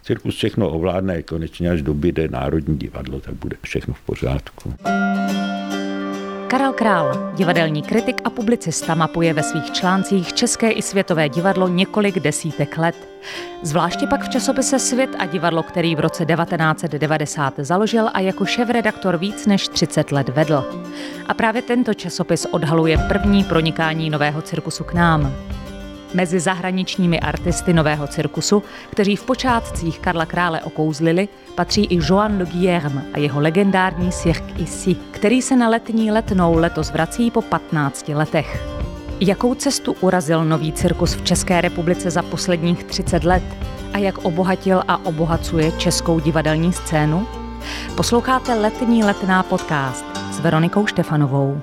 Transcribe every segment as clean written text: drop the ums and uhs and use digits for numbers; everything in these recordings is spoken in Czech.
cirkus všechno ovládne, konečně až dobyde Národní divadlo, tak bude všechno v pořádku. Karel Král, divadelní kritik a publicista, mapuje ve svých článcích české i světové divadlo několik desítek let. Zvláště pak v časopise Svět a divadlo, který v roce 1990 založil a jako šéfredaktor víc než 30 let vedl. A právě tento časopis odhaluje první pronikání nového cirkusu k nám. Mezi zahraničními artisty nového cirkusu, kteří v počátcích Karla Krále okouzlili, patří i Joan Le Guilherme a jeho legendární Cirque Ici, který se na letní Letnou letos vrací po 15 letech. Jakou cestu urazil nový cirkus v České republice za posledních 30 let a jak obohatil a obohacuje českou divadelní scénu? Posloucháte Letní letná podcast s Veronikou Štefanovou.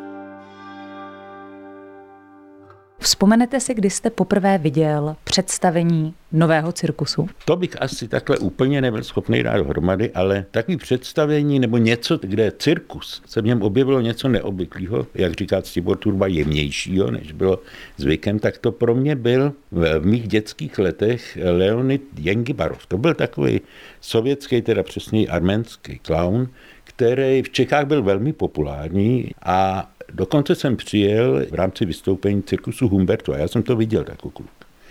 Vzpomenete si, kdy jste poprvé viděl představení nového cirkusu? To bych asi takhle úplně nebyl schopný dát dohromady, ale takový představení nebo něco, kde cirkus, se v něm objevilo něco neobvyklého, jak říká Ctibor Turba, jemnějšího, než bylo zvykem, tak to pro mě byl v mých dětských letech Leonid Jengibarov. To byl takový sovětský, teda přesněji arménský klaun, který v Čechách byl velmi populární a dokonce jsem přijel v rámci vystoupení cirkusu Humberto a já jsem to viděl jako kluk.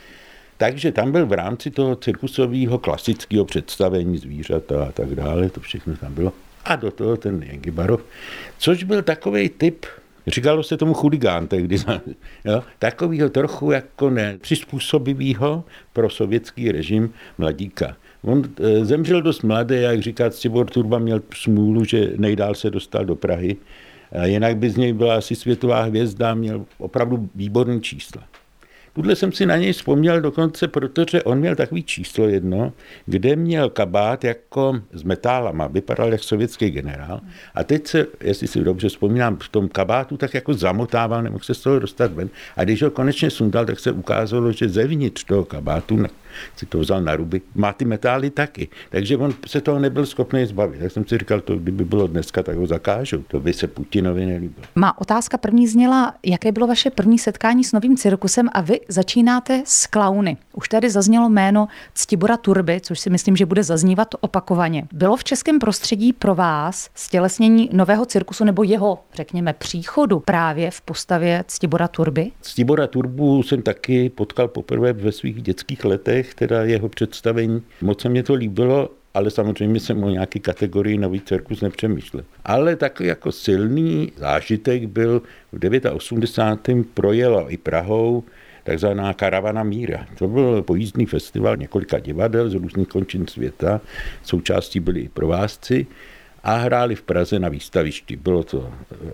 Takže tam byl v rámci toho cirkusového klasického představení zvířata a tak dále, to všechno tam bylo. A do toho ten Jengibarov, což byl takovej typ, říkalo se tomu chuligán tehdy, jo, takovýho trochu jako nepřizpůsobivýho pro sovětský režim mladíka. On zemřel dost mladý, jak říká Ctibor Turba, měl smůlu, že nejdál se dostal do Prahy. A jinak by z něj byla asi světová hvězda, měl opravdu výborný čísla. Tuhle jsem si na něj vzpomněl dokonce, protože on měl takový číslo jedno, kde měl kabát jako s metálama, vypadal jak sovětský generál. A teď se, jestli si dobře vzpomínám, v tom kabátu tak jako zamotával, nemohl se z toho dostat ven. A když ho konečně sundal, tak se ukázalo, že zevnitř toho kabátu, si to vzal na ruby, má ty metály taky. Takže on se toho nebyl schopný zbavit. Tak jsem si říkal, to kdyby bylo dneska, tak ho zakážou. To by se Putinovi nelíbilo. Má otázka první zněla, jaké bylo vaše první setkání s novým cirkusem a vy začínáte s klauny. Už tady zaznělo jméno Ctibora Turby, což si myslím, že bude zaznívat opakovaně. Bylo v českém prostředí pro vás stělesnění nového cirkusu nebo jeho, řekněme, příchodu právě v postavě Ctibora Turby? Ctibora Turbu jsem taky potkal poprvé ve svých dětských letech, teda jeho představení. Moc se mě to líbilo, ale samozřejmě jsem o nějaké kategorii nový cirkus nepřemýšlel. Ale takový jako silný zážitek byl v 89. projela i Prahou takzvaná Karavana míra. To byl pojízdný festival několika divadel z různých končin světa. Součástí byli i provázci a hráli v Praze na výstavišti. Bylo to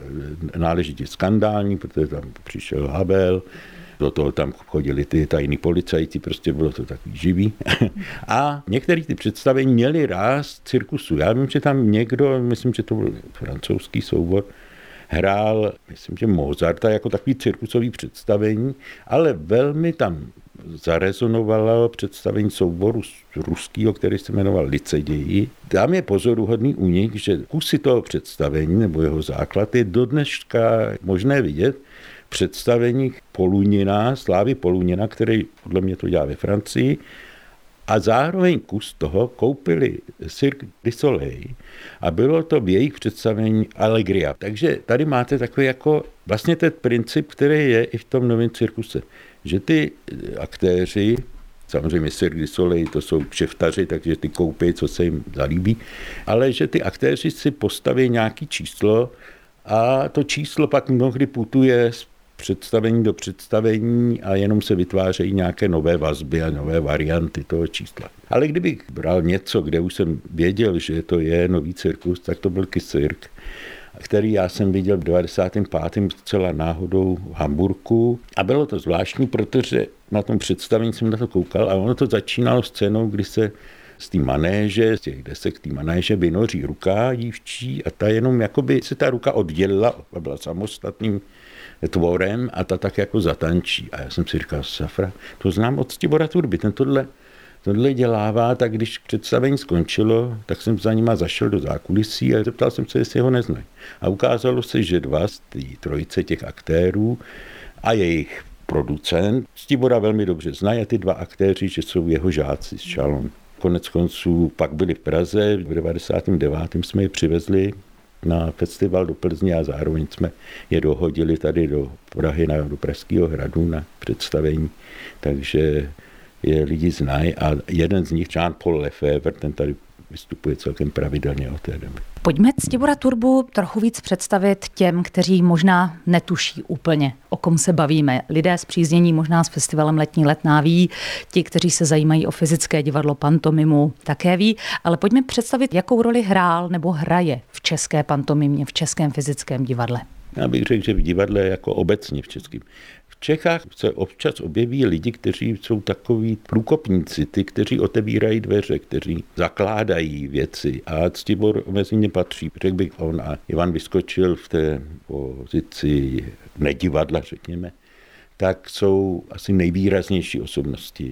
náležitě skandální, protože tam přišel Havel, do toho tam chodili ty tajní policajti, prostě bylo to takový živý. A některé ty představení měly ráz cirkusu. Já vím, že tam někdo, myslím, že to byl francouzský soubor, hrál, myslím, že Mozarta jako takový cirkusový představení, ale velmi tam zarezonovalo představení souboru ruského, který se jmenoval Liceději. Tam je pozoruhodný u nich, že kusy toho představení nebo jeho základ je do dneška možné vidět představení Polunina, Slávy Polunina, který podle mě to dělá ve Francii, a zároveň kus toho koupili Cirque du Soleil a bylo to v jejich představení Allegria. Takže tady máte takový jako vlastně ten princip, který je i v tom novém cirkuse, že ty aktéři, samozřejmě Cirque du Soleil, to jsou kšeftaři, takže ty koupí, co se jim zalíbí, ale že ty aktéři si postaví nějaký číslo a to číslo pak mnohdy putuje z představení do představení a jenom se vytvářejí nějaké nové vazby a nové varianty toho čísla. Ale kdybych bral něco, kde už jsem věděl, že to je nový cirkus, tak to byl Cirque, který já jsem viděl v 95. zcela náhodou v Hamburku. A bylo to zvláštní, protože na tom představení jsem na to koukal a ono to začínalo scénou, kdy se z té manéže, z těch desek té manéže vynoří ruka dívčí a ta jenom jakoby se ta ruka oddělila a byla samostatným tvorem a ta tak jako zatančí. A já jsem si říkal, safra, to znám od Ctibora Turby, ten tohle dělává, tak když představení skončilo, tak jsem za nima zašel do zákulisí a zeptal jsem se, jestli ho neznají. A ukázalo se, že dva z té trojice těch aktérů a jejich producent Ctibora velmi dobře znají a ty dva aktéři, že jsou jeho žáci z Chalon. Konec konců pak byli v Praze, v 99. jsme je přivezli na festival do Plzně a zároveň jsme je dohodili tady do Prahy, do Pražského hradu na představení, takže je lidi znají a jeden z nich, Jean-Paul Lefebvre, ten tady vystupuje celkem pravidelně od té doby. Pojďme Ctibora Turbu trochu víc představit těm, kteří možná netuší úplně, o kom se bavíme. Lidé spříznění možná s festivalem Letní letná ví, ti, kteří se zajímají o fyzické divadlo, pantomimu, také ví, ale pojďme představit, jakou roli hrál nebo hraje v české pantomimě, v českém fyzickém divadle. Já bych řekl, že v divadle jako obecně v českém. V Čechách se občas objeví lidi, kteří jsou takoví průkopníci, ty, kteří otevírají dveře, kteří zakládají věci a Ctibor mezi ně patří. Řekl bych, on a Ivan Vyskočil v té pozici nedivadla, řekněme, tak jsou asi nejvýraznější osobnosti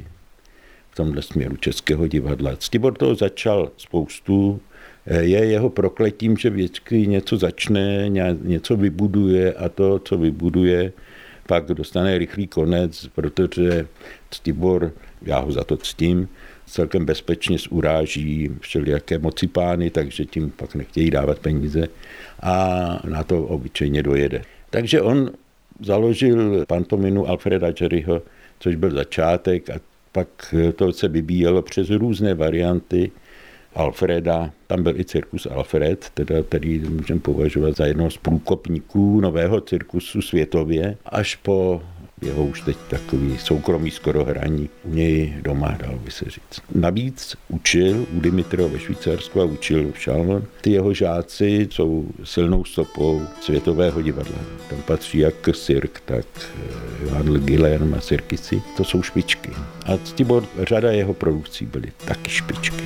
v tomhle směru českého divadla. Ctibor toho začal spoustu, je jeho prokletím, že vždycky něco začne, něco vybuduje a to, co vybuduje, pak dostane rychlý konec, protože Ctibor, já ho za to ctím, celkem bezpečně zuráží všelijaké mocipány, takže tím pak nechtějí dávat peníze a na to obyčejně dojede. Takže on založil pantominu Alfreda Jerryho, což byl začátek a pak to se vybíjelo přes různé varianty Alfreda. Tam byl i cirkus Alfred, který můžeme považovat za jednoho z průkopníků nového cirkusu světově, až po jeho už teď takový soukromý skoro hraní u něj doma, dalo by se říct. Navíc učil u Dimitrova ve Švýcarsku a učil v Chalon. Ty jeho žáci jsou silnou stopou světového divadla. Tam patří jak Cirque, tak Johann Le Guilherme a Cirkisy. To jsou špičky. A Ctibor, řada jeho produkcí byly taky špičky.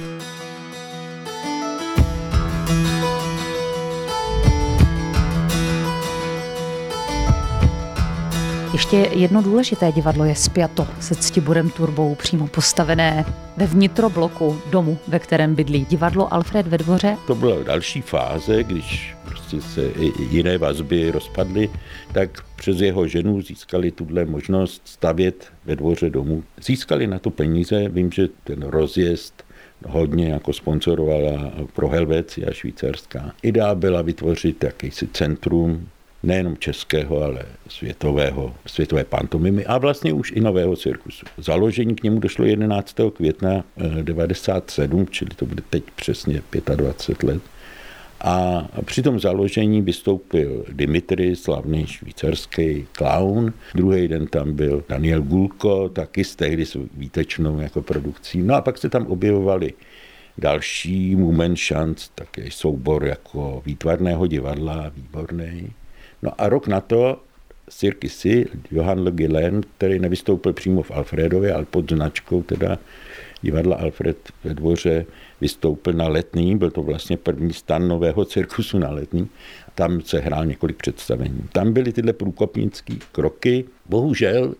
Ještě jedno důležité divadlo je spjato se Ctiborem Turbou, přímo postavené ve vnitrobloku domu, ve kterém bydlí divadlo Alfred ve Dvoře. To byla další fáze, když prostě se jiné vazby rozpadly, tak přes jeho ženu získali tuhle možnost stavět ve Dvoře domu. Získali na to peníze, vím, že ten rozjezd hodně jako sponzorovala pro Helvécia švýcarská. Idea byla vytvořit jakýsi centrum, nejenom českého, ale světové pantomimy a vlastně už i nového cirkusu. Založení k němu došlo 11. května 1997, čili to bude teď přesně 25 let. A při tom založení vystoupil Dimitri, slavný švýcarský klaun. Druhý den tam byl Daniel Gulko, taky s tehdy výtečnou jako produkcí. No a pak se tam objevovali další Moment Chance, takový soubor jako výtvarného divadla, výborný. No a rok na to Cirkisy, Johann Le Guilherme, který nevystoupil přímo v Alfredově, ale pod značkou teda divadla Alfred ve Dvoře, vystoupil na Letný, byl to vlastně první stan nového cirkusu na Letný. Tam se hrál několik představení. Tam byly tyhle průkopnické kroky. Bohužel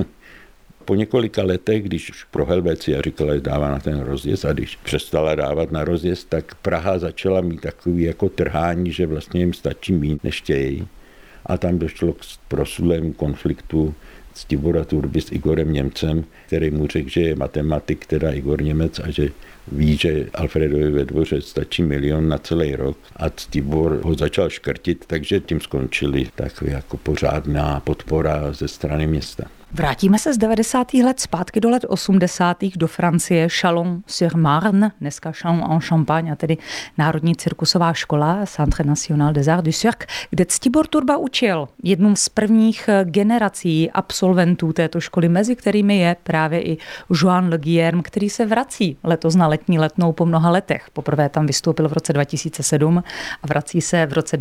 po několika letech, když už pro Helvécia říkala, že dává na ten rozjezd a když přestala dávat na rozjezd, tak Praha začala mít takový jako trhání, že vlastně jim stačí mít, než chtějí. A tam došlo k prosudlému konfliktu Ctibora Turby s Igorem Němcem, který mu řekl, že je matematik, teda Igor Němec, a že ví, že Alfredovi ve Dvoře stačí 1 milion na celý rok. A Ctibor ho začal škrtit, takže tím skončili takový jako pořádná podpora ze strany města. Vrátíme se z 90. let zpátky do let 80. do Francie, Chalon-sur-Marne, dneska Chalon-en-Champagne, a tedy Národní cirkusová škola Centre National des Arts du Cirque, kde Ctibor Turba učil jednou z prvních generací absolventů této školy, mezi kterými je právě i Johann Le Guilherme, který se vrací letos na letní letnou po mnoha letech. Poprvé tam vystoupil v roce 2007 a vrací se v roce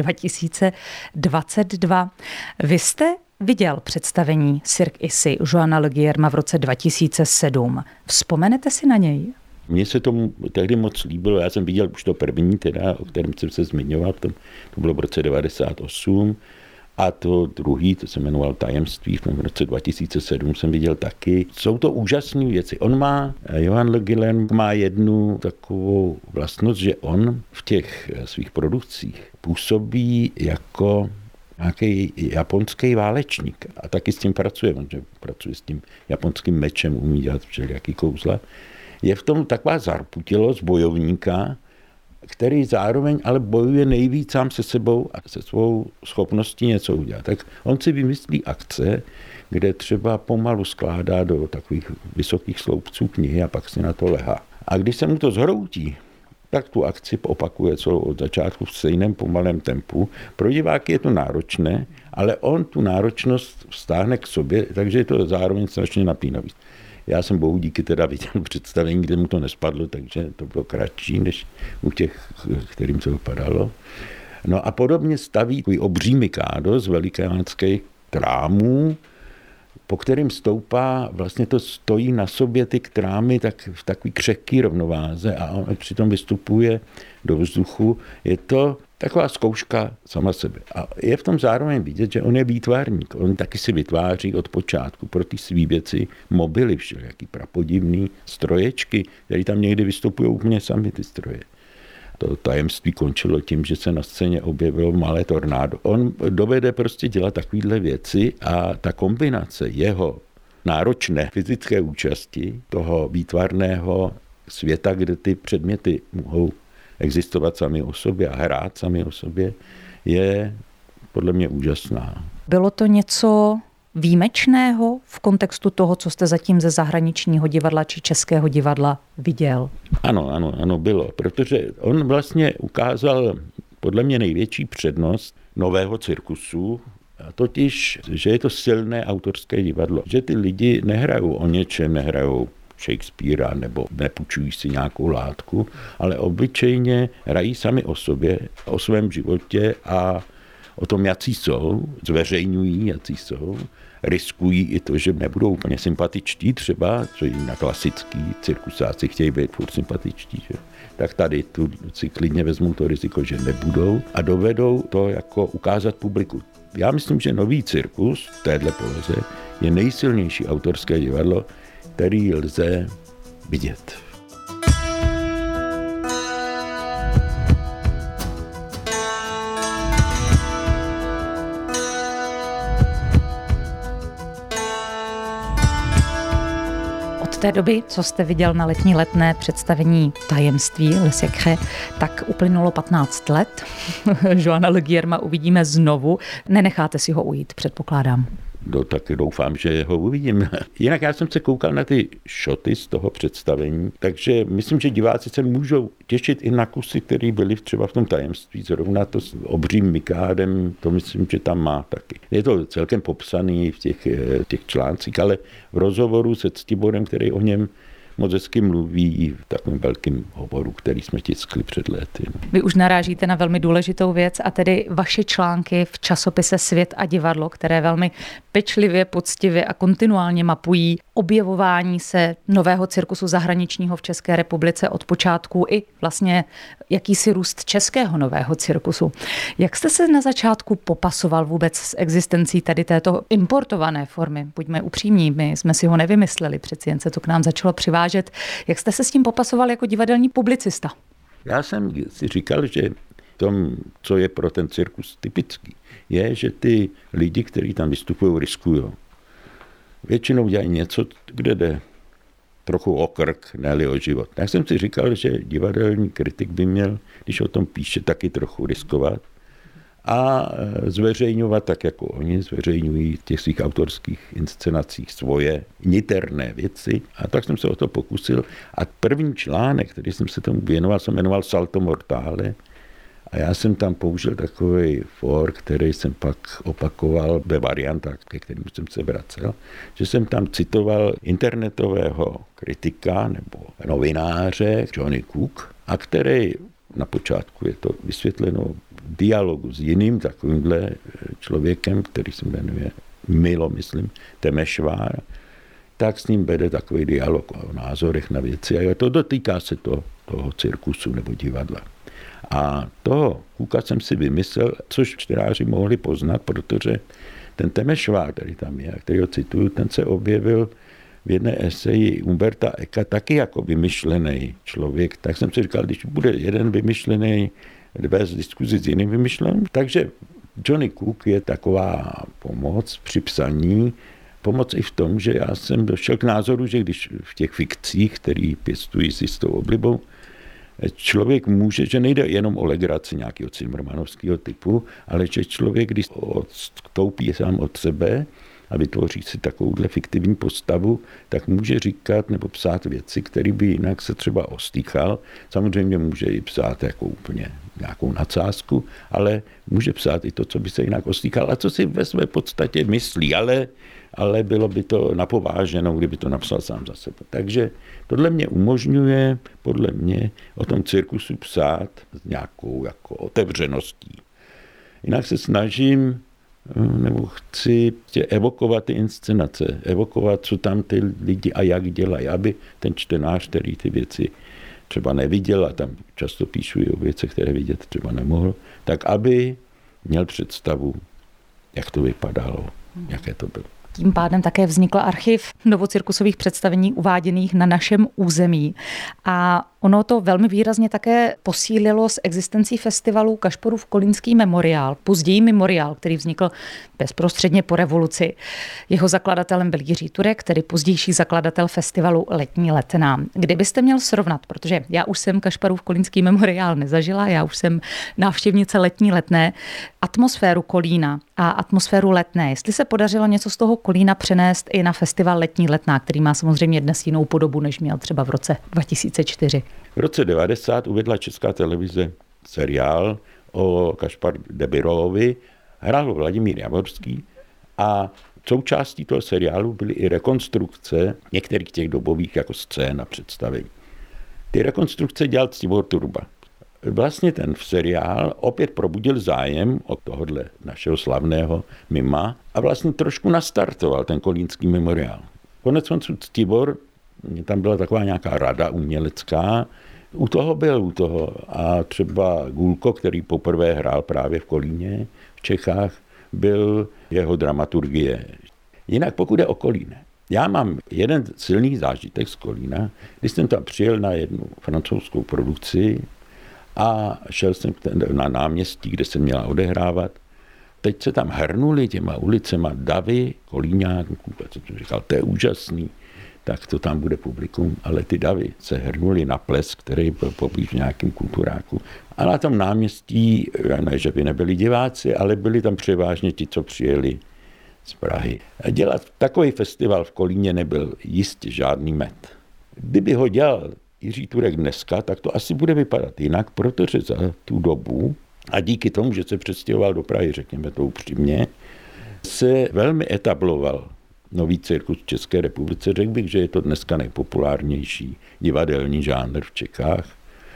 2022. Vy jste viděl představení Cirque Issy Johanna Le Guilherma v roce 2007. Vzpomenete si na něj? Mně se to tehdy moc líbilo. Já jsem viděl už to první, teda, o kterém jsem se zmiňoval, to bylo v roce 98. A to druhý, to se jmenoval Tajemství, v roce 2007 jsem viděl taky. Jsou to úžasné věci. Johann Le Guilherme má jednu takovou vlastnost, že on v těch svých produkcích působí jako nějaký japonský válečník. A taky s tím pracuje, on pracuje s tím japonským mečem, umí dělat všelijaký kouzla. je v tom taková zarputilost bojovníka, který zároveň ale bojuje nejvíc sám se sebou a se svou schopností něco udělat. Tak on si vymyslí akce, kde třeba pomalu skládá do takových vysokých sloupců knihy a pak si na to lehá. A když se mu to zhroutí, tak tu akci opakuje celou od začátku v stejném pomalém tempu. Pro diváky je to náročné, ale on tu náročnost vztáhne k sobě, takže je to zároveň strašně napínavý. Já jsem bohu díky teda viděl představení, kde mu to nespadlo, takže to bylo kratší než u těch, kterým to vypadalo. No a podobně staví takový obří mikádo z velikánských trámů, po kterým stoupá, vlastně to stojí na sobě ty trámy tak v takový křehký rovnováze a on přitom vystupuje do vzduchu. Je to taková zkouška sama sebe. A je v tom zároveň vidět, že on je výtvarník. On taky si vytváří od počátku pro ty svý věci mobily, všelijaký prapodivný stroječky, které tam někdy vystupují úplně sami ty stroje. To tajemství končilo tím, že se na scéně objevilo malé tornádo. On dovede prostě dělat takovéhle věci a ta kombinace jeho náročné fyzické účasti, toho výtvarného světa, kde ty předměty mohou existovat sami o sobě a hrát sami o sobě, je podle mě úžasná. Bylo to něco výjimečného v kontextu toho, co jste zatím ze zahraničního divadla či českého divadla viděl? Ano, bylo, protože on vlastně ukázal podle mě největší přednost nového cirkusu, a totiž, že je to silné autorské divadlo, že ty lidi nehrajou o něčem, nehrajou Shakespearea nebo nepůjčují si nějakou látku, ale obyčejně hrají sami o sobě, o svém životě a o tom, jací jsou, zveřejňují, jací jsou, riskují i to, že nebudou úplně sympatičtí třeba, co jim na klasický cirkusáci chtějí být furt sympatičtí, že? Tak tady tu si klidně vezmou to riziko, že nebudou a dovedou to jako ukázat publiku. Já myslím, že nový cirkus v téhle poloze je nejsilnější autorské divadlo, který lze vidět. Od té doby, co jste viděl na letní letné představení Tajemství Le Secret, tak uplynulo 15 let. Joana Le Guillerma uvidíme znovu. Nenecháte si ho ujít, předpokládám. No, taky doufám, že ho uvidím. Jinak já jsem se koukal na ty šoty z toho představení, takže myslím, že diváci se můžou těšit i na kusy, které byly třeba v tom Tajemství. Zrovna to s obřím mikádem, to myslím, že tam má taky. Je to celkem popsaný v těch článcích, ale v rozhovoru se Ctiborem, který o něm moc hezky mluví v takovém velkém hovoru, který jsme tiskli před lety. Vy už narážíte na velmi důležitou věc a tedy vaše články v časopise Svět a divadlo, které velmi pečlivě, poctivě a kontinuálně mapují objevování se nového cirkusu zahraničního v České republice od počátku i vlastně jakýsi růst českého nového cirkusu. Jak jste se na začátku popasoval vůbec s existencí tady této importované formy? Buďme upřímní, my jsme si ho nevymysleli, přeci jen se to k nám začalo přivážet. Jak jste se s tím popasoval jako divadelní publicista? Já jsem si říkal, že tom, co je pro ten cirkus typický, je, že ty lidi, kteří tam vystupují, riskují. Většinou dělají něco, kde jde trochu o krk, ne-li o život. Já jsem si říkal, že divadelní kritik by měl, když o tom píše, taky trochu riskovat a zveřejňovat tak, jako oni zveřejňují v těch svých autorských inscenacích svoje niterné věci. A tak jsem se o to pokusil. A první článek, který jsem se tomu věnoval, se jmenoval Salto Mortale. A já jsem tam použil takový for, který jsem pak opakoval ve variantách, ke kterým jsem se vracel, že jsem tam citoval internetového kritika nebo novináře Johnny Cook, a který na počátku je to vysvětleno v dialogu s jiným takovýmhle člověkem, který se jmenuje Milo, myslím, Temešvár, tak s ním vede takový dialog o názorech na věci a to dotýká se toho cirkusu nebo divadla. A toho Kuka jsem si vymyslel, což čtenáři mohli poznat, protože ten Temešvár, který tam je, který ho cituju, ten se objevil v jedné eseji Umberta Ecka taky jako vymyšlený člověk. Tak jsem si říkal, když bude jeden vymyšlený vést diskuzi s jiným vymyšleným. Takže Johnny Cook je taková pomoc při psaní pomoct i v tom, že já jsem došel k názoru, že když v těch fikcích, který pěstují si s tou oblibou, člověk může, že nejde jenom o legraci nějakého cimrmanovského typu, ale že člověk, když odstoupí sám od sebe a vytvoří si takovouhle fiktivní postavu, tak může říkat nebo psát věci, které by jinak se třeba ostýchal. Samozřejmě může i psát jako úplně nějakou nadsázku, ale může psát i to, co by se jinak ostýchal a co si ve své podstatě myslí, ale bylo by to napováženo, kdyby to napsal sám za sebe. Takže tohle mě umožňuje, podle mě, o tom cirkusu psát s nějakou jako otevřeností. Jinak se snažím, nebo chci evokovat ty inscenace, evokovat, co tam ty lidi a jak dělají, aby ten čtenář, který ty věci třeba neviděl, a tam často píšu i o věcech, které vidět třeba nemohl, tak aby měl představu, jak to vypadalo, jaké to bylo. Tím pádem také vznikl archiv novocirkusových představení uváděných na našem území. A ono to velmi výrazně také posílilo s existencí festivalu Kašporův kolínský memoriál, později memoriál, který vznikl bezprostředně po revoluci. Jeho zakladatelem byl Jiří Turek, tedy pozdější zakladatel festivalu Letní letná. Kdybyste měl srovnat, protože já už jsem Kašparův kolínský memoriál nezažila, já už jsem návštěvnice Letní letné, atmosféru Kolína a atmosféru Letné. Jestli se podařilo něco z toho Kolína přenést i na festival Letní letná, který má samozřejmě dnes jinou podobu, než měl třeba v roce 2004. V roce 90 uvedla Česká televize seriál o Kašpar Debirovovi, hrál Vladimír Javorský a součástí toho seriálu byly i rekonstrukce některých těch dobových jako scén a představení. Ty rekonstrukce dělal Ctibor Turba. Vlastně ten seriál opět probudil zájem od tohohle našeho slavného mima a vlastně trošku nastartoval ten kolínský memoriál. Koneckonců Ctibor, tam byla taková nějaká rada umělecká, u toho a třeba Gulko, který poprvé hrál právě v Kolíně v Čechách, byl jeho dramaturgie. Jinak pokud je o Kolín, já mám jeden silný zážitek z Kolína, když jsem tam přijel na jednu francouzskou produkci a šel jsem na náměstí, kde se měla odehrávat. Teď se tam hrnuli těma ulicema davy kolíňáků, co jsem říkal, to je úžasný, tak to tam bude publikum, ale ty davy se hrnuli na ples, který byl poblíž v nějakém kulturáku. A na tom náměstí, ne, že by nebyli diváci, ale byli tam převážně ti, co přijeli z Prahy. A dělat takový festival v Kolíně nebyl jistě žádný med. Kdyby ho dělal Jiří Turek dneska, tak to asi bude vypadat jinak, protože za tu dobu, a díky tomu, že se přestěhoval do Prahy, řekněme to upřímně, se velmi etabloval nový cirkus v České republice. Řekl bych, že je to dneska nejpopulárnější divadelní žánr v Čechách.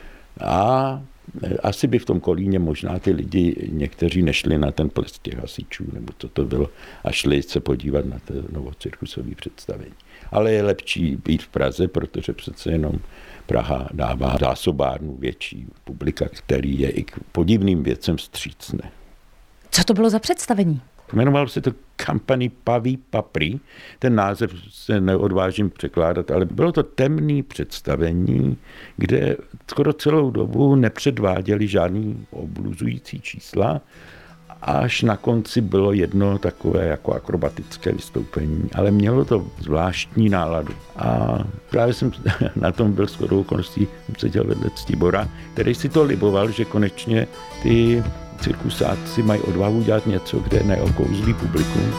A asi by v tom Kolíně možná ty lidi, někteří nešli na ten ples těch hasičů, nebo co to bylo, a šli se podívat na to novocirkusové představení. Ale je lepší být v Praze, protože přece jenom Praha dává zásobárnu větší publika, který je i k podivným věcem vstřícné. Co to bylo za představení? Jmenovalo se to Kampany Paví Papry. Ten název se neodvážím překládat, ale bylo to temné představení, kde skoro celou dobu nepředváděli žádný obluzující čísla. Až na konci bylo jedno takové jako akrobatické vystoupení, ale mělo to zvláštní náladu. A právě jsem na tom byl shodou okolností, seděl vedle Ctibora, který si to liboval, že konečně ty cirkusáci mají odvahu dělat něco, kde neokouzlí publikum.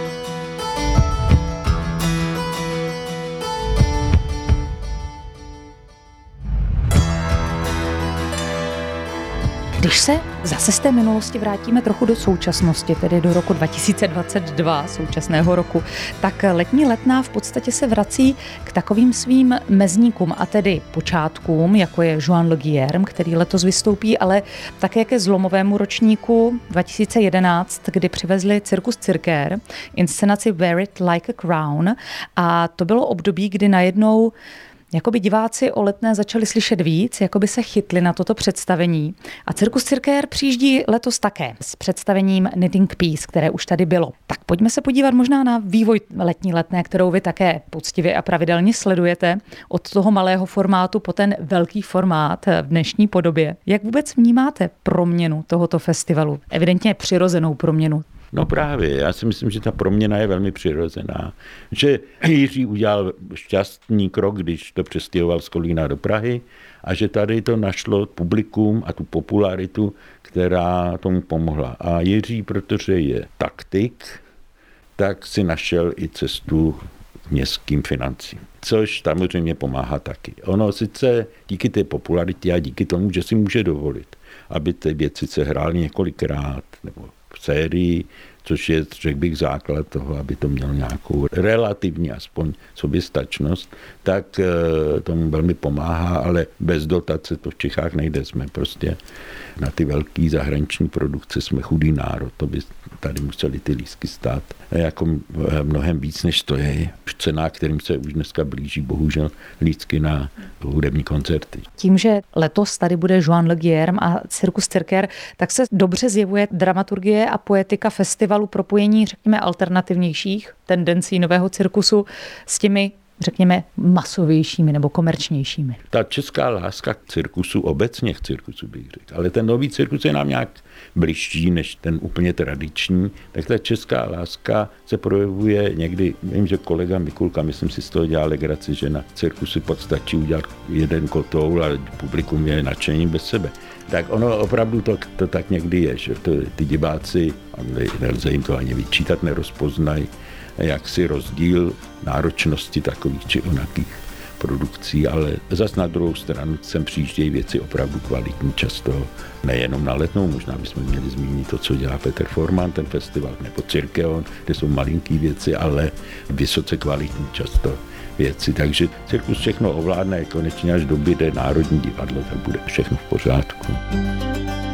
Když se zase z té minulosti vrátíme trochu do současnosti, tedy do roku 2022, současného roku, tak Letní letná v podstatě se vrací k takovým svým mezníkům, a tedy počátkům, jako je Joan Le Guillerme, který letos vystoupí, ale také ke zlomovému ročníku 2011, kdy přivezli Cirkus Cirkér, inscenaci Wear It Like a Crown, a to bylo období, kdy najednou jakoby diváci o Letné začali slyšet víc, jakoby se chytli na toto představení. A Cirkus Cirkér přijíždí letos také s představením Knitting Piece, které už tady bylo. Tak pojďme se podívat možná na vývoj Letní letné, kterou vy také poctivě a pravidelně sledujete od toho malého formátu po ten velký formát v dnešní podobě. Jak vůbec vnímáte proměnu tohoto festivalu? Evidentně přirozenou proměnu. No právě, já si myslím, že ta proměna je velmi přirozená. Že Jiří udělal šťastný krok, když to přestěhoval z Kolína do Prahy a že tady to našlo publikum a tu popularitu, která tomu pomohla. A Jiří, protože je taktik, tak si našel i cestu k městským financím, což samozřejmě pomáhá taky. Ono sice díky té popularitě a díky tomu, že si může dovolit, aby ty věci se hrály několikrát nebo v sérii, což je, řekl bych, základ toho, aby to mělo nějakou relativní aspoň soběstačnost, tak tomu velmi pomáhá, ale bez dotace to v Čechách nejde. Jsme prostě na ty velké zahraniční produkce jsme chudý národ, to by tady museli ty lístky stát jako mnohem víc, než to je v cenách, kterým se už dneska blíží bohužel lístky na hudební koncerty. Tím, že letos tady bude Joan Le Guillerme a Cirkus Cirker, tak se dobře zjevuje dramaturgie a poetika festivalu propojení, řekněme, alternativnějších tendencí nového cirkusu s těmi, řekněme, masovějšími nebo komerčnějšími. Ta česká láska k cirkusu, obecně k cirkusu bych řekl, ale ten nový cirkus je nám nějak bližší než ten úplně tradiční, tak ta česká láska se projevuje někdy, vím, že kolega Mikulka, myslím si z toho dělá legraci, že na cirkusu pak stačí udělat jeden kotoul a publikum je nadšení bez sebe. Tak ono opravdu to tak někdy je, že ty diváci, nelze jim to ani vyčítat, nerozpoznají jaksi rozdíl náročnosti takových či onakých produkcí, ale zas na druhou stranu sem přijíždějí věci opravdu kvalitní, často nejenom na Letnou, možná bychom měli zmínit to, co dělá Petr Forman, ten festival, nebo Cirkeon, kde jsou malinký věci, ale vysoce kvalitní často věci. Takže cirkus všechno ovládne, konečně až doby jde Národní divadlo, tak bude všechno v pořádku.